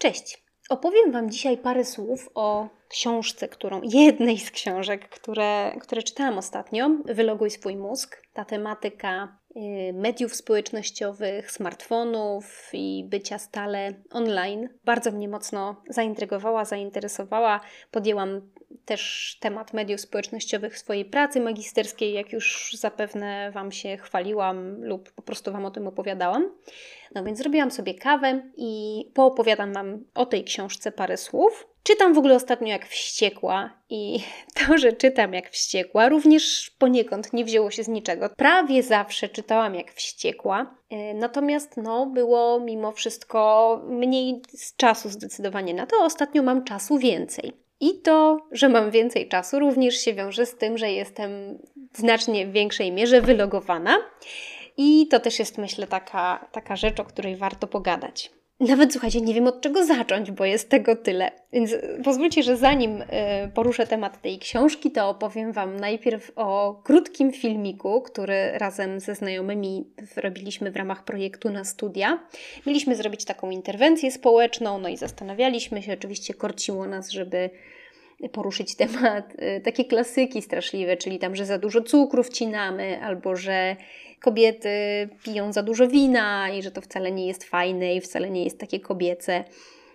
Cześć! Opowiem Wam dzisiaj parę słów o książce, jednej z książek, które czytałam ostatnio, Wyloguj swój mózg. Ta tematyka mediów społecznościowych, smartfonów i bycia stale online bardzo mnie mocno zaintrygowała, zainteresowała. Podjęłam też temat mediów społecznościowych w swojej pracy magisterskiej, jak już zapewne Wam się chwaliłam lub po prostu Wam o tym opowiadałam. No więc zrobiłam sobie kawę i poopowiadam Wam o tej książce parę słów. Czytam w ogóle ostatnio jak wściekła i to, że czytam jak wściekła, również poniekąd nie wzięło się z niczego. Prawie zawsze czytałam jak wściekła, natomiast było mimo wszystko mniej czasu zdecydowanie na to. Ostatnio mam czasu więcej. I to, że mam więcej czasu, również się wiąże z tym, że jestem w znacznie większej mierze wylogowana. I to też jest, myślę, taka rzecz, o której warto pogadać. Nawet, słuchajcie, nie wiem od czego zacząć, bo jest tego tyle. Więc pozwólcie, że zanim poruszę temat tej książki, to opowiem Wam najpierw o krótkim filmiku, który razem ze znajomymi robiliśmy w ramach projektu na studia. Mieliśmy zrobić taką interwencję społeczną, i zastanawialiśmy się, oczywiście korciło nas, żeby poruszyć temat, takie klasyki straszliwe, czyli tam, że za dużo cukru wcinamy, albo że kobiety piją za dużo wina i że to wcale nie jest fajne i wcale nie jest takie kobiece.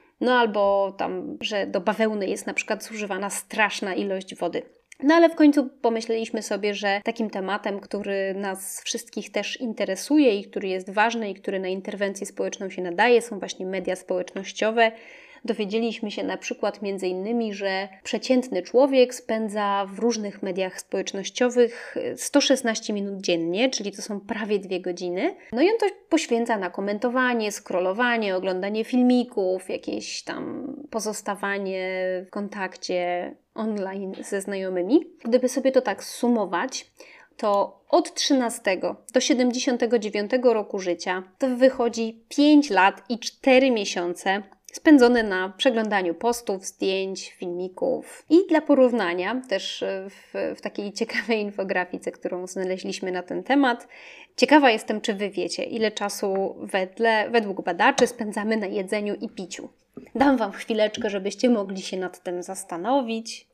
Albo tam, że do bawełny jest na przykład zużywana straszna ilość wody. Ale w końcu pomyśleliśmy sobie, że takim tematem, który nas wszystkich też interesuje i który jest ważny i który na interwencję społeczną się nadaje, są właśnie media społecznościowe. Dowiedzieliśmy się na przykład między innymi, że przeciętny człowiek spędza w różnych mediach społecznościowych 116 minut dziennie, czyli to są prawie 2 godziny. I on to poświęca na komentowanie, scrollowanie, oglądanie filmików, jakieś tam pozostawanie w kontakcie online ze znajomymi. Gdyby sobie to tak sumować, to od 13 do 79 roku życia to wychodzi 5 lat i 4 miesiące spędzone na przeglądaniu postów, zdjęć, filmików. I dla porównania, też w takiej ciekawej infografice, którą znaleźliśmy na ten temat, ciekawa jestem, czy Wy wiecie, ile czasu według badaczy spędzamy na jedzeniu i piciu. Dam Wam chwileczkę, żebyście mogli się nad tym zastanowić.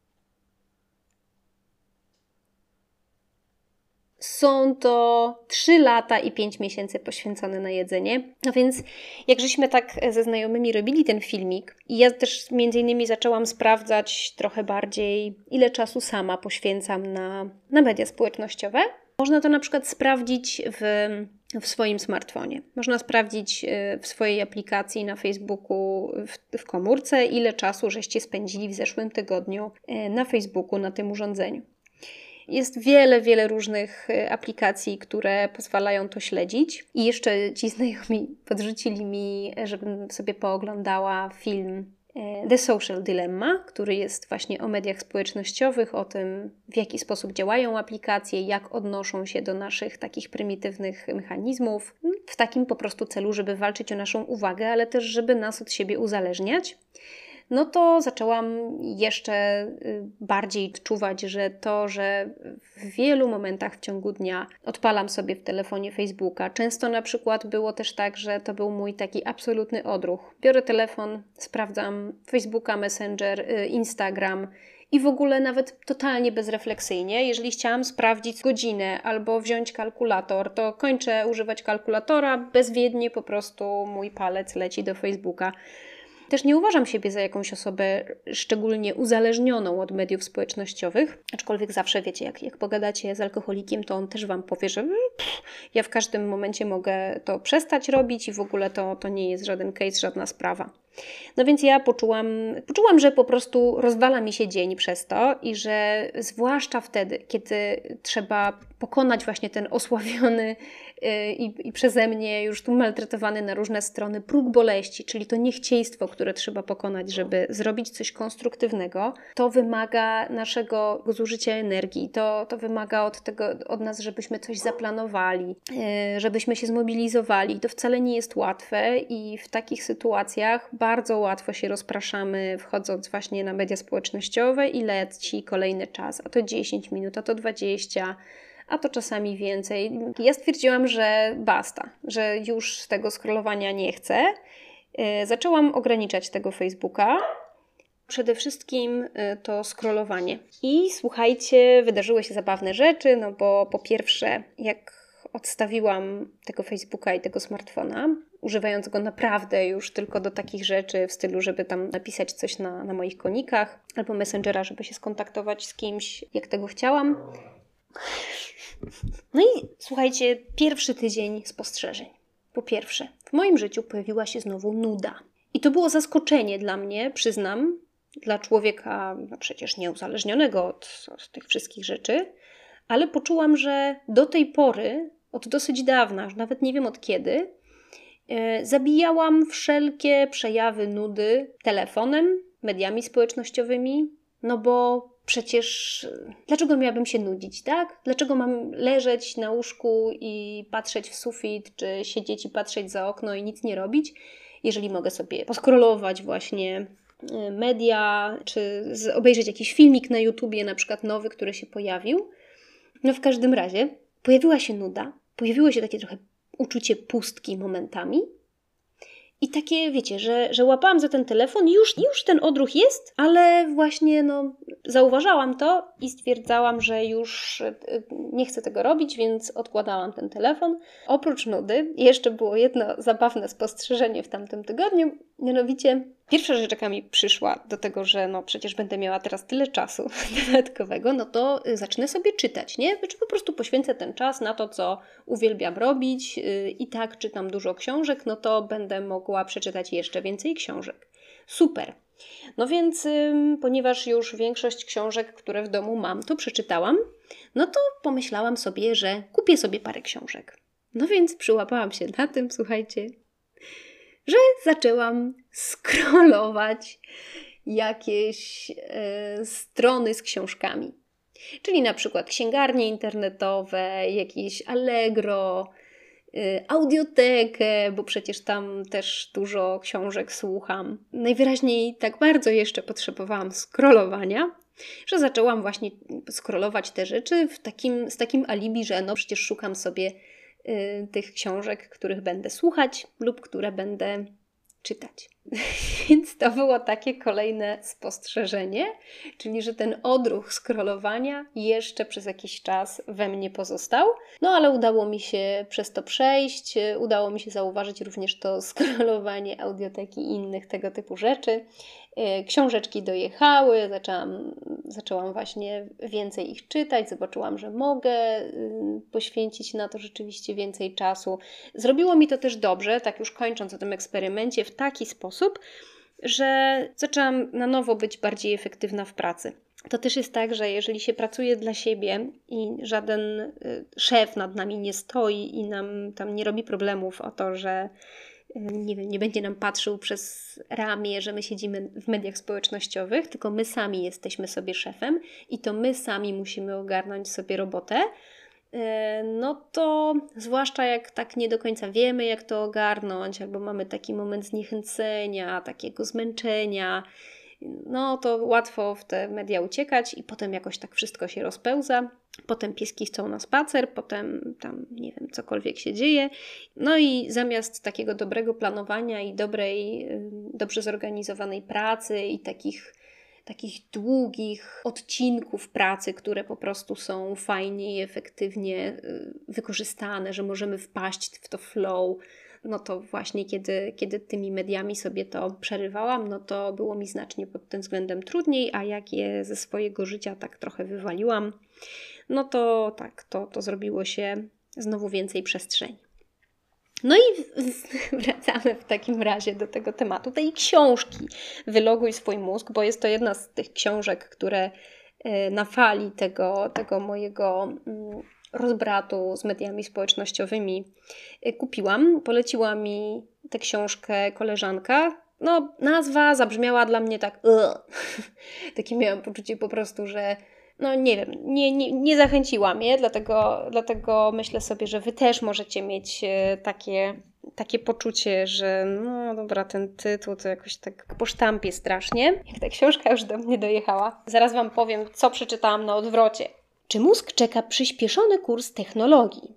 Są to 3 lata i 5 miesięcy poświęcone na jedzenie. Więc jak żeśmy tak ze znajomymi robili ten filmik i ja też między innymi zaczęłam sprawdzać trochę bardziej, ile czasu sama poświęcam na media społecznościowe. Można to na przykład sprawdzić w swoim smartfonie. Można sprawdzić w swojej aplikacji na Facebooku w komórce, ile czasu żeście spędzili w zeszłym tygodniu na Facebooku, na tym urządzeniu. Jest wiele różnych aplikacji, które pozwalają to śledzić. I jeszcze ci znajomi podrzucili mi, żebym sobie pooglądała film The Social Dilemma, który jest właśnie o mediach społecznościowych, o tym, w jaki sposób działają aplikacje, jak odnoszą się do naszych takich prymitywnych mechanizmów, w takim po prostu celu, żeby walczyć o naszą uwagę, ale też żeby nas od siebie uzależniać. To zaczęłam jeszcze bardziej odczuwać, że w wielu momentach w ciągu dnia odpalam sobie w telefonie Facebooka. Często na przykład było też tak, że to był mój taki absolutny odruch. Biorę telefon, sprawdzam Facebooka, Messenger, Instagram i w ogóle nawet totalnie bezrefleksyjnie. Jeżeli chciałam sprawdzić godzinę albo wziąć kalkulator, to kończę używać kalkulatora, bezwiednie po prostu mój palec leci do Facebooka. Też nie uważam siebie za jakąś osobę szczególnie uzależnioną od mediów społecznościowych, aczkolwiek zawsze wiecie, jak pogadacie z alkoholikiem, to on też Wam powie, że ja w każdym momencie mogę to przestać robić i w ogóle to nie jest żaden case, żadna sprawa. Więc ja poczułam, że po prostu rozwala mi się dzień przez to i że zwłaszcza wtedy, kiedy trzeba pokonać właśnie ten osławiony i przeze mnie już tu maltretowany na różne strony próg boleści, czyli to niechciejstwo, które trzeba pokonać, żeby zrobić coś konstruktywnego, to wymaga naszego zużycia energii, to wymaga od nas, żebyśmy coś zaplanowali, żebyśmy się zmobilizowali. To wcale nie jest łatwe i w takich sytuacjach bardzo łatwo się rozpraszamy, wchodząc właśnie na media społecznościowe i leci kolejny czas, a to 10 minut, a to 20, a to czasami więcej. Ja stwierdziłam, że basta, że już z tego scrollowania nie chcę zaczęłam ograniczać tego Facebooka. Przede wszystkim to scrollowanie. I słuchajcie, wydarzyły się zabawne rzeczy, no bo po pierwsze, jak odstawiłam tego Facebooka i tego smartfona, używając go naprawdę już tylko do takich rzeczy w stylu, żeby tam napisać coś na moich konikach, albo Messengera, żeby się skontaktować z kimś, jak tego chciałam. No i słuchajcie, pierwszy tydzień spostrzeżeń. Po pierwsze, w moim życiu pojawiła się znowu nuda. I to było zaskoczenie dla mnie, przyznam, dla człowieka no przecież nieuzależnionego od tych wszystkich rzeczy, ale poczułam, że do tej pory, od dosyć dawna, już nawet nie wiem od kiedy, zabijałam wszelkie przejawy nudy telefonem, mediami społecznościowymi, no bo przecież dlaczego miałabym się nudzić, tak? Dlaczego mam leżeć na łóżku i patrzeć w sufit, czy siedzieć i patrzeć za okno i nic nie robić, jeżeli mogę sobie poskrolować właśnie media, czy obejrzeć jakiś filmik na YouTubie, na przykład nowy, który się pojawił. No w każdym razie pojawiła się nuda, pojawiło się takie trochę uczucie pustki momentami i takie, wiecie, że łapałam za ten telefon, już ten odruch jest, ale właśnie zauważałam to i stwierdzałam, że już nie chcę tego robić, więc odkładałam ten telefon. Oprócz nudy jeszcze było jedno zabawne spostrzeżenie w tamtym tygodniu, mianowicie pierwsza rzecz, jaka mi przyszła do tego, że przecież będę miała teraz tyle czasu dodatkowego, no to zacznę sobie czytać, nie? Czy po prostu poświęcę ten czas na to, co uwielbiam robić i tak czytam dużo książek, no to będę mogła przeczytać jeszcze więcej książek. Super! No więc, ponieważ już większość książek, które w domu mam, to przeczytałam, no to pomyślałam sobie, że kupię sobie parę książek. No więc przyłapałam się na tym, słuchajcie, że zaczęłam scrollować jakieś strony z książkami. Czyli na przykład księgarnie internetowe, jakieś Allegro, audiotekę, bo przecież tam też dużo książek słucham. Najwyraźniej tak bardzo jeszcze potrzebowałam scrollowania, że zaczęłam właśnie scrollować te rzeczy z takim alibi, że przecież szukam sobie tych książek, których będę słuchać lub które będę czytać. Więc to było takie kolejne spostrzeżenie, czyli że ten odruch scrollowania jeszcze przez jakiś czas we mnie pozostał. No ale udało mi się przez to przejść, udało mi się zauważyć również to scrollowanie audioteki i innych tego typu rzeczy. Książeczki dojechały, zaczęłam właśnie więcej ich czytać, zobaczyłam, że mogę poświęcić na to rzeczywiście więcej czasu. Zrobiło mi to też dobrze, tak już kończąc o tym eksperymencie, w taki sposób, że zaczęłam na nowo być bardziej efektywna w pracy. To też jest tak, że jeżeli się pracuje dla siebie i żaden szef nad nami nie stoi i nam tam nie robi problemów o to, że nie będzie nam patrzył przez ramię, że my siedzimy w mediach społecznościowych, tylko my sami jesteśmy sobie szefem i to my sami musimy ogarnąć sobie robotę, no to zwłaszcza jak tak nie do końca wiemy, jak to ogarnąć, albo mamy taki moment zniechęcenia, takiego zmęczenia, no to łatwo w te media uciekać i potem jakoś tak wszystko się rozpełza. Potem pieski chcą na spacer, potem tam, nie wiem, cokolwiek się dzieje. No i zamiast takiego dobrego planowania i dobrze zorganizowanej pracy i takich długich odcinków pracy, które po prostu są fajnie i efektywnie wykorzystane, że możemy wpaść w to flow, no to właśnie kiedy tymi mediami sobie to przerywałam, no to było mi znacznie pod tym względem trudniej, a jak je ze swojego życia tak trochę wywaliłam, no to tak, to zrobiło się znowu więcej przestrzeni. No i wracamy w takim razie do tego tematu, tej książki Wyloguj swój mózg, bo jest to jedna z tych książek, które na fali tego mojego rozbratu z mediami społecznościowymi kupiłam. Poleciła mi tę książkę koleżanka. No, nazwa zabrzmiała dla mnie tak takie miałam poczucie po prostu, że no nie wiem, nie zachęciła mnie, dlatego myślę sobie, że Wy też możecie mieć takie poczucie, że no dobra, ten tytuł to jakoś tak po sztampie strasznie. Jak ta książka już do mnie dojechała. Zaraz Wam powiem, co przeczytałam na odwrocie. Czy mózg czeka przyspieszony kurs technologii?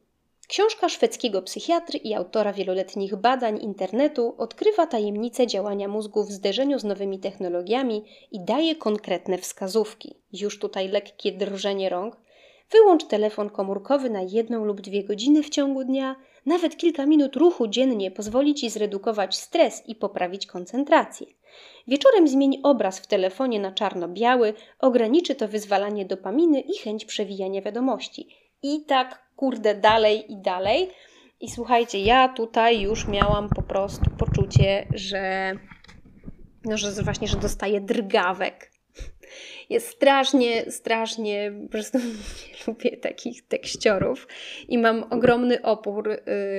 Książka szwedzkiego psychiatry i autora wieloletnich badań internetu odkrywa tajemnice działania mózgu w zderzeniu z nowymi technologiami i daje konkretne wskazówki. Już tutaj lekkie drżenie rąk. Wyłącz telefon komórkowy na 1 lub 2 godziny w ciągu dnia. Nawet kilka minut ruchu dziennie pozwoli Ci zredukować stres i poprawić koncentrację. Wieczorem zmień obraz w telefonie na czarno-biały, ograniczy to wyzwalanie dopaminy i chęć przewijania wiadomości. I tak, dalej i dalej. I słuchajcie, ja tutaj już miałam po prostu poczucie, że właśnie, że dostaję drgawek. Jest strasznie, po prostu nie lubię takich tekściorów i mam ogromny opór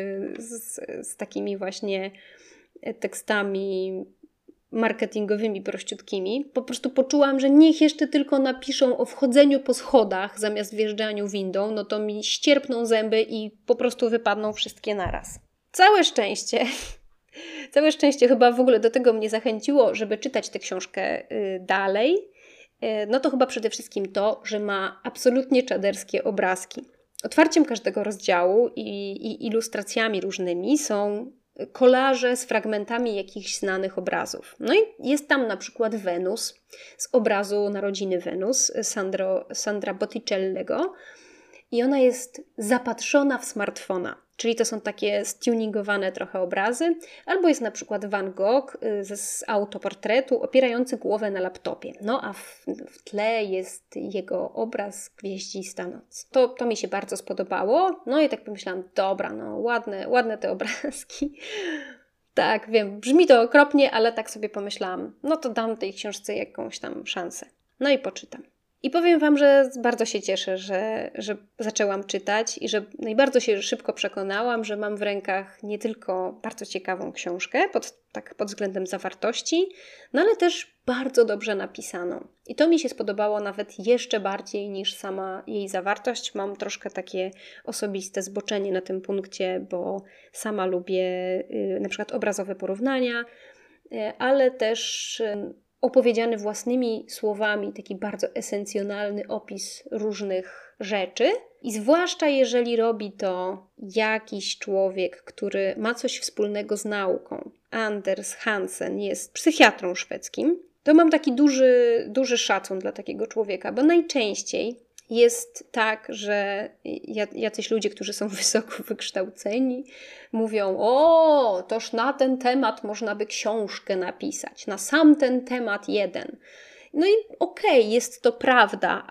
z takimi właśnie tekstami marketingowymi, prościutkimi. Po prostu poczułam, że niech jeszcze tylko napiszą o wchodzeniu po schodach zamiast wjeżdżaniu windą, no to mi ścierpną zęby i po prostu wypadną wszystkie naraz. Całe szczęście chyba w ogóle do tego mnie zachęciło, żeby czytać tę książkę dalej, no to chyba przede wszystkim to, że ma absolutnie czaderskie obrazki. Otwarciem każdego rozdziału i ilustracjami różnymi są kolaże z fragmentami jakichś znanych obrazów. No i jest tam na przykład Wenus z obrazu Narodziny Wenus Sandra Botticellego i ona jest zapatrzona w smartfona. Czyli to są takie stuningowane trochę obrazy, albo jest na przykład Van Gogh z autoportretu opierający głowę na laptopie. No a w tle jest jego obraz Gwieździsta noc. To mi się bardzo spodobało. No i tak pomyślałam, dobra, no ładne te obrazki. Tak, wiem, brzmi to okropnie, ale tak sobie pomyślałam, no to dam tej książce jakąś tam szansę. No i poczytam. I powiem Wam, że bardzo się cieszę, że zaczęłam czytać i że bardzo się szybko przekonałam, że mam w rękach nie tylko bardzo ciekawą książkę pod względem zawartości, no ale też bardzo dobrze napisaną. I to mi się spodobało nawet jeszcze bardziej niż sama jej zawartość. Mam troszkę takie osobiste zboczenie na tym punkcie, bo sama lubię na przykład obrazowe porównania, ale też opowiedziany własnymi słowami, taki bardzo esencjonalny opis różnych rzeczy. I zwłaszcza jeżeli robi to jakiś człowiek, który ma coś wspólnego z nauką. Anders Hansen jest psychiatrą szwedzkim. To mam taki duży szacun dla takiego człowieka, bo najczęściej jest tak, że jacyś ludzie, którzy są wysoko wykształceni, mówią: o, toż na ten temat można by książkę napisać, na sam ten temat jeden. No i okej, jest to prawda,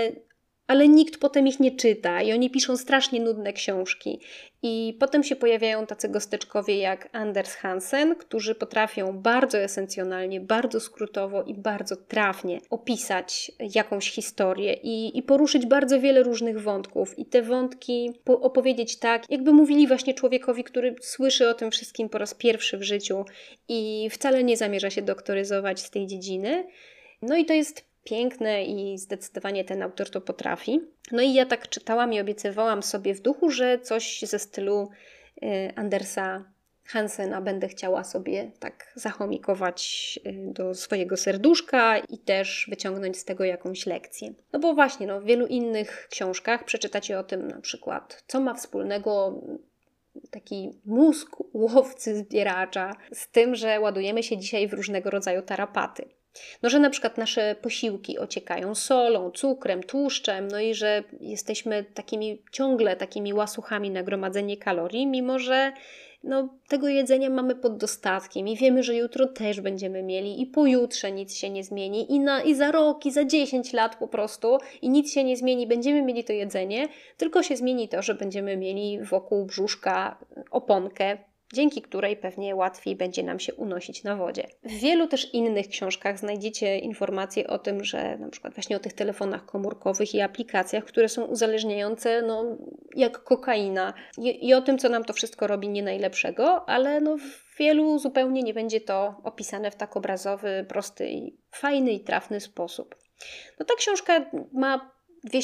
ale nikt potem ich nie czyta i oni piszą strasznie nudne książki. I potem się pojawiają tacy gosteczkowie jak Anders Hansen, którzy potrafią bardzo esencjonalnie, bardzo skrótowo i bardzo trafnie opisać jakąś historię i poruszyć bardzo wiele różnych wątków. I te wątki opowiedzieć tak, jakby mówili właśnie człowiekowi, który słyszy o tym wszystkim po raz pierwszy w życiu i wcale nie zamierza się doktoryzować z tej dziedziny. No i to jest piękne i zdecydowanie ten autor to potrafi. No i ja tak czytałam i obiecywałam sobie w duchu, że coś ze stylu Andersa Hansena będę chciała sobie tak zachomikować do swojego serduszka i też wyciągnąć z tego jakąś lekcję. No bo właśnie, w wielu innych książkach przeczytacie o tym na przykład, co ma wspólnego taki mózg łowcy zbieracza z tym, że ładujemy się dzisiaj w różnego rodzaju tarapaty. No, że na przykład nasze posiłki ociekają solą, cukrem, tłuszczem, no i że jesteśmy ciągle takimi łasuchami na gromadzenie kalorii, mimo że tego jedzenia mamy pod dostatkiem i wiemy, że jutro też będziemy mieli i pojutrze nic się nie zmieni i za rok, i za 10 lat po prostu i nic się nie zmieni, będziemy mieli to jedzenie, tylko się zmieni to, że będziemy mieli wokół brzuszka oponkę, dzięki której pewnie łatwiej będzie nam się unosić na wodzie. W wielu też innych książkach znajdziecie informacje o tym, że na przykład właśnie o tych telefonach komórkowych i aplikacjach, które są uzależniające jak kokaina i o tym, co nam to wszystko robi nie najlepszego, ale w wielu zupełnie nie będzie to opisane w tak obrazowy, prosty, fajny i trafny sposób. Ta książka ma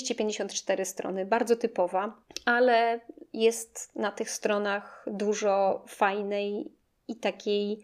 254 strony, bardzo typowa, ale jest na tych stronach dużo fajnej i takiej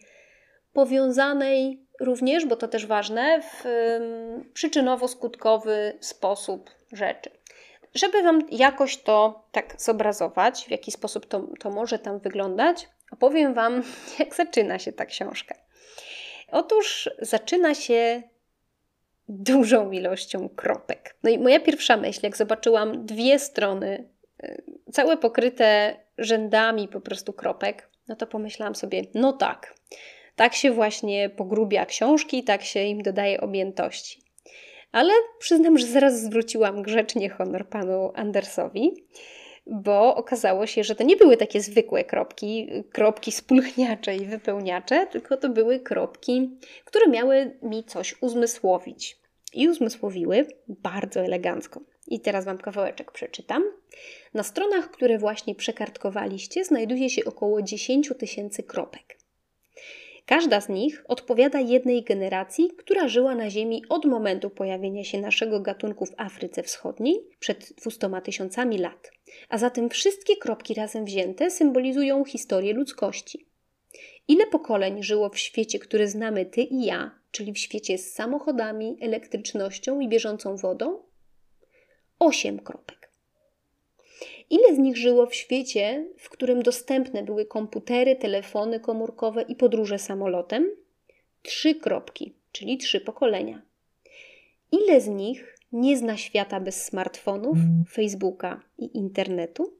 powiązanej również, bo to też ważne, w przyczynowo-skutkowy sposób rzeczy. żeby Wam jakoś to tak zobrazować, w jaki sposób to może tam wyglądać, opowiem Wam, jak zaczyna się ta książka. Otóż zaczyna się dużą ilością kropek. No i moja pierwsza myśl, jak zobaczyłam 2 strony, całe pokryte rzędami po prostu kropek, no to pomyślałam sobie, no tak się właśnie pogrubia książki, tak się im dodaje objętości. Ale przyznam, że zaraz zwróciłam grzecznie honor panu Andersowi, bo okazało się, że to nie były takie zwykłe kropki spulchniacze i wypełniacze, tylko to były kropki, które miały mi coś uzmysłowić. I uzmysłowiły bardzo elegancko. I teraz Wam kawałeczek przeczytam. Na stronach, które właśnie przekartkowaliście, znajduje się około 10 000 kropek. Każda z nich odpowiada jednej generacji, która żyła na Ziemi od momentu pojawienia się naszego gatunku w Afryce Wschodniej przed 200 000 lat. A zatem wszystkie kropki razem wzięte symbolizują historię ludzkości. Ile pokoleń żyło w świecie, który znamy Ty i ja, czyli w świecie z samochodami, elektrycznością i bieżącą wodą? 8 kropek. Ile z nich żyło w świecie, w którym dostępne były komputery, telefony komórkowe i podróże samolotem? 3 kropki, czyli 3 pokolenia. Ile z nich nie zna świata bez smartfonów, Facebooka i internetu?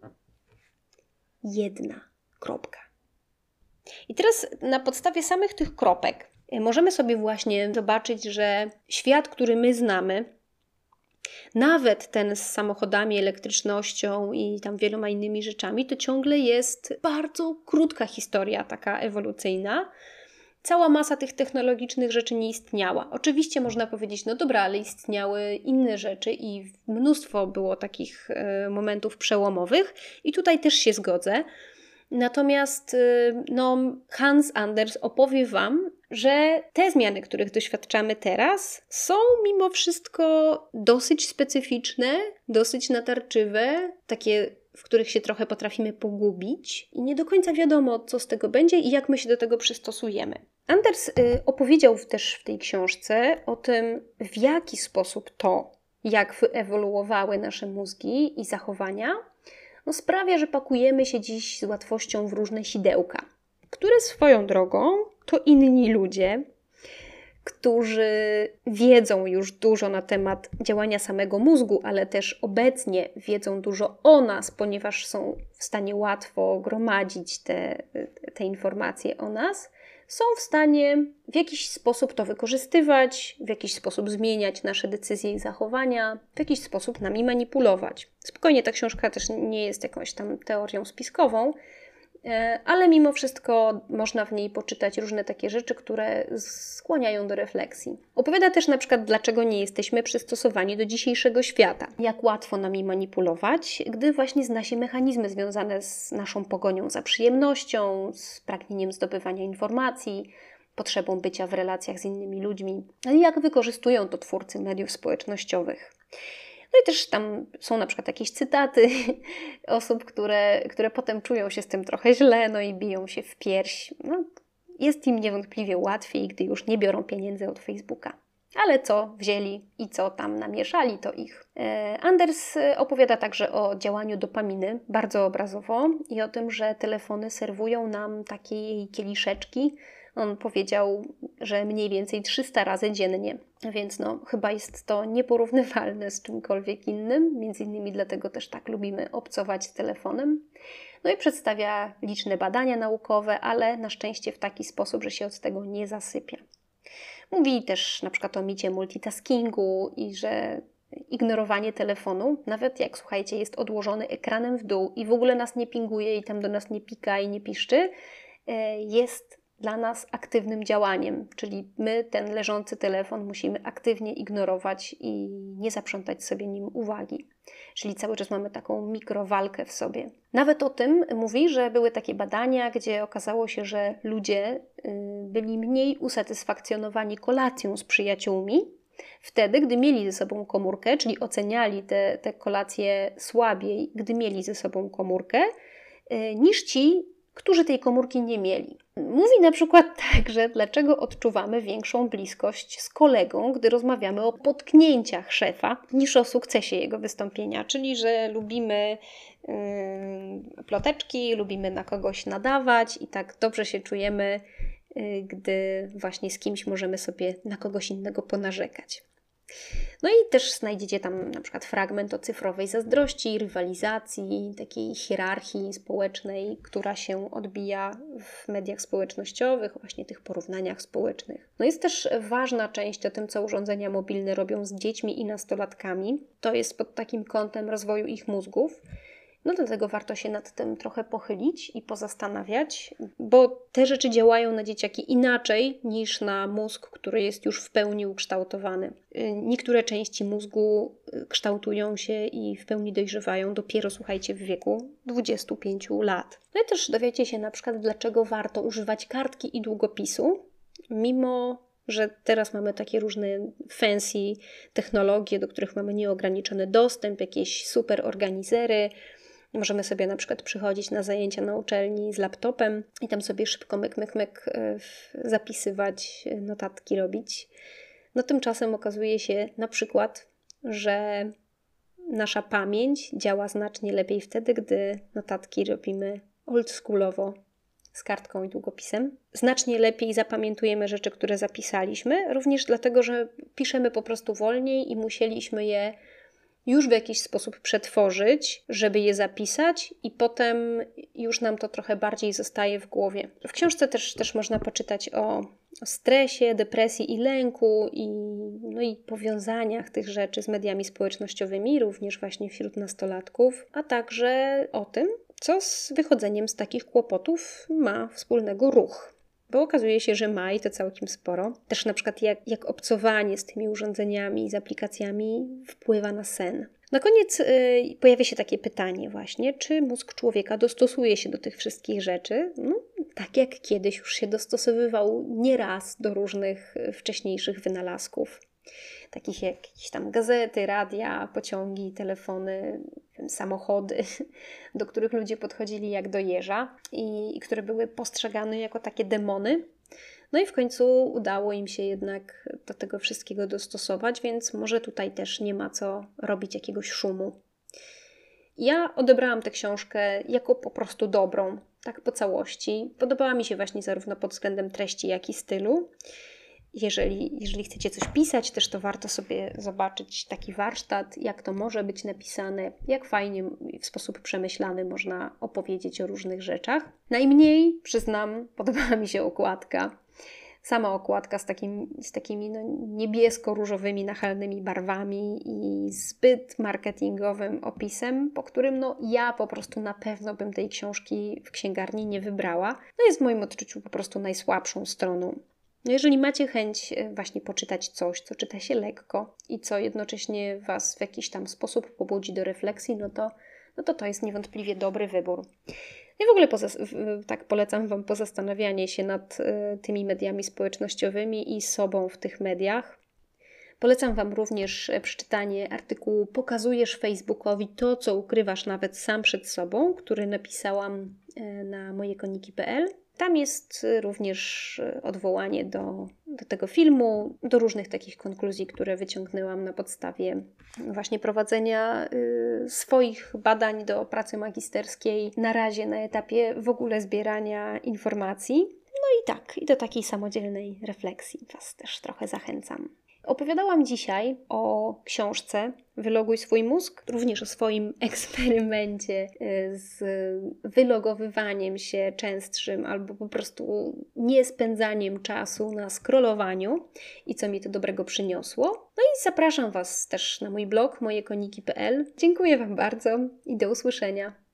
1 kropka. I teraz na podstawie samych tych kropek możemy sobie właśnie zobaczyć, że świat, który my znamy, nawet ten z samochodami, elektrycznością i tam wieloma innymi rzeczami, to ciągle jest bardzo krótka historia, taka ewolucyjna. Cała masa tych technologicznych rzeczy nie istniała. Oczywiście można powiedzieć, no dobra, ale istniały inne rzeczy i mnóstwo było takich momentów przełomowych i tutaj też się zgodzę. Natomiast Hans Anders opowie Wam, że te zmiany, których doświadczamy teraz, są mimo wszystko dosyć specyficzne, dosyć natarczywe, takie, w których się trochę potrafimy pogubić i nie do końca wiadomo, co z tego będzie i jak my się do tego przystosujemy. Anders opowiedział też w tej książce o tym, w jaki sposób jak wyewoluowały nasze mózgi i zachowania, sprawia, że pakujemy się dziś z łatwością w różne sidełka, które swoją drogą to inni ludzie, którzy wiedzą już dużo na temat działania samego mózgu, ale też obecnie wiedzą dużo o nas, ponieważ są w stanie łatwo gromadzić te informacje o nas, są w stanie w jakiś sposób to wykorzystywać, w jakiś sposób zmieniać nasze decyzje i zachowania, w jakiś sposób nami manipulować. Spokojnie, ta książka też nie jest jakąś tam teorią spiskową, ale mimo wszystko można w niej poczytać różne takie rzeczy, które skłaniają do refleksji. Opowiada też na przykład, dlaczego nie jesteśmy przystosowani do dzisiejszego świata. Jak łatwo nami manipulować, gdy właśnie zna się mechanizmy związane z naszą pogonią za przyjemnością, z pragnieniem zdobywania informacji, potrzebą bycia w relacjach z innymi ludźmi. Jak wykorzystują to twórcy mediów społecznościowych. No i też tam są na przykład jakieś cytaty osób, które potem czują się z tym trochę źle, no i biją się w pierś. No, jest im niewątpliwie łatwiej, gdy już nie biorą pieniędzy od Facebooka. Ale co wzięli i co tam namieszali, to ich. Anders opowiada także o działaniu dopaminy, bardzo obrazowo, i o tym, że telefony serwują nam takie jej kieliszeczki. On powiedział, że mniej więcej 300 razy dziennie, więc chyba jest to nieporównywalne z czymkolwiek innym, między innymi dlatego też tak lubimy obcować z telefonem. No i przedstawia liczne badania naukowe, ale na szczęście w taki sposób, że się od tego nie zasypia. Mówi też na przykład o micie multitaskingu i że ignorowanie telefonu, nawet jak, słuchajcie, jest odłożony ekranem w dół i w ogóle nas nie pinguje i tam do nas nie pika i nie piszczy, jest dla nas aktywnym działaniem, czyli my ten leżący telefon musimy aktywnie ignorować i nie zaprzątać sobie nim uwagi. Czyli cały czas mamy taką mikrowalkę w sobie. Nawet o tym mówi, że były takie badania, gdzie okazało się, że ludzie byli mniej usatysfakcjonowani kolacją z przyjaciółmi wtedy, gdy mieli ze sobą komórkę, czyli oceniali te kolacje słabiej, gdy mieli ze sobą komórkę, niż ci, którzy tej komórki nie mieli. Mówi na przykład także, dlaczego odczuwamy większą bliskość z kolegą, gdy rozmawiamy o potknięciach szefa, niż o sukcesie jego wystąpienia. Czyli, że lubimy ploteczki, lubimy na kogoś nadawać i tak dobrze się czujemy, gdy właśnie z kimś możemy sobie na kogoś innego ponarzekać. No i też znajdziecie tam na przykład fragment o cyfrowej zazdrości, rywalizacji, takiej hierarchii społecznej, która się odbija w mediach społecznościowych, właśnie tych porównaniach społecznych. No jest też ważna część o tym, co urządzenia mobilne robią z dziećmi i nastolatkami. To jest pod takim kątem rozwoju ich mózgów. No dlatego warto się nad tym trochę pochylić i pozastanawiać, bo te rzeczy działają na dzieciaki inaczej niż na mózg, który jest już w pełni ukształtowany. Niektóre części mózgu kształtują się i w pełni dojrzewają dopiero, słuchajcie, w wieku 25 lat. No i też dowiecie się na przykład, dlaczego warto używać kartki i długopisu, mimo że teraz mamy takie różne fancy technologie, do których mamy nieograniczony dostęp, jakieś super organizery. Możemy sobie na przykład przychodzić na zajęcia na uczelni z laptopem i tam sobie szybko myk, zapisywać, notatki robić. No tymczasem okazuje się na przykład, że nasza pamięć działa znacznie lepiej wtedy, gdy notatki robimy oldschoolowo z kartką i długopisem. Znacznie lepiej zapamiętujemy rzeczy, które zapisaliśmy, również dlatego, że piszemy po prostu wolniej i musieliśmy je już w jakiś sposób przetworzyć, żeby je zapisać i potem już nam to trochę bardziej zostaje w głowie. W książce też można poczytać o stresie, depresji i lęku i powiązaniach tych rzeczy z mediami społecznościowymi, również właśnie wśród nastolatków, a także o tym, co z wychodzeniem z takich kłopotów ma wspólnego ruch. Bo okazuje się, że ma i to całkiem sporo. Też na przykład jak obcowanie z tymi urządzeniami i z aplikacjami wpływa na sen. Na koniec pojawia się takie pytanie właśnie, czy mózg człowieka dostosuje się do tych wszystkich rzeczy? No, tak jak kiedyś już się dostosowywał nieraz do różnych wcześniejszych wynalazków. Takich jak jakieś tam gazety, radia, pociągi, telefony, samochody, do których ludzie podchodzili jak do jeża i które były postrzegane jako takie demony. No i w końcu udało im się jednak do tego wszystkiego dostosować, więc może tutaj też nie ma co robić jakiegoś szumu. Ja odebrałam tę książkę jako po prostu dobrą, tak po całości. Podobała mi się właśnie zarówno pod względem treści, jak i stylu. Jeżeli chcecie coś pisać, też to warto sobie zobaczyć taki warsztat, jak to może być napisane, jak fajnie w sposób przemyślany można opowiedzieć o różnych rzeczach. Najmniej, przyznam, podobała mi się okładka. Sama okładka z takimi niebiesko-różowymi, nachalnymi barwami i zbyt marketingowym opisem, po którym ja po prostu na pewno bym tej książki w księgarni nie wybrała. No jest w moim odczuciu po prostu najsłabszą stroną. No jeżeli macie chęć właśnie poczytać coś, co czyta się lekko i co jednocześnie Was w jakiś tam sposób pobudzi do refleksji, to jest niewątpliwie dobry wybór. Ja w ogóle tak polecam Wam pozastanawianie się nad tymi mediami społecznościowymi i sobą w tych mediach. Polecam Wam również przeczytanie artykułu "Pokazujesz Facebookowi to, co ukrywasz nawet sam przed sobą", który napisałam na mojekoniki.pl. Tam jest również odwołanie do tego filmu, do różnych takich konkluzji, które wyciągnęłam na podstawie właśnie prowadzenia swoich badań do pracy magisterskiej, na razie na etapie w ogóle zbierania informacji. No i do takiej samodzielnej refleksji Was też trochę zachęcam. Opowiadałam dzisiaj o książce Wyloguj swój mózg, również o swoim eksperymencie z wylogowywaniem się częstszym albo po prostu nie spędzaniem czasu na scrollowaniu i co mi to dobrego przyniosło. No i zapraszam Was też na mój blog mojekoniki.pl. Dziękuję Wam bardzo i do usłyszenia.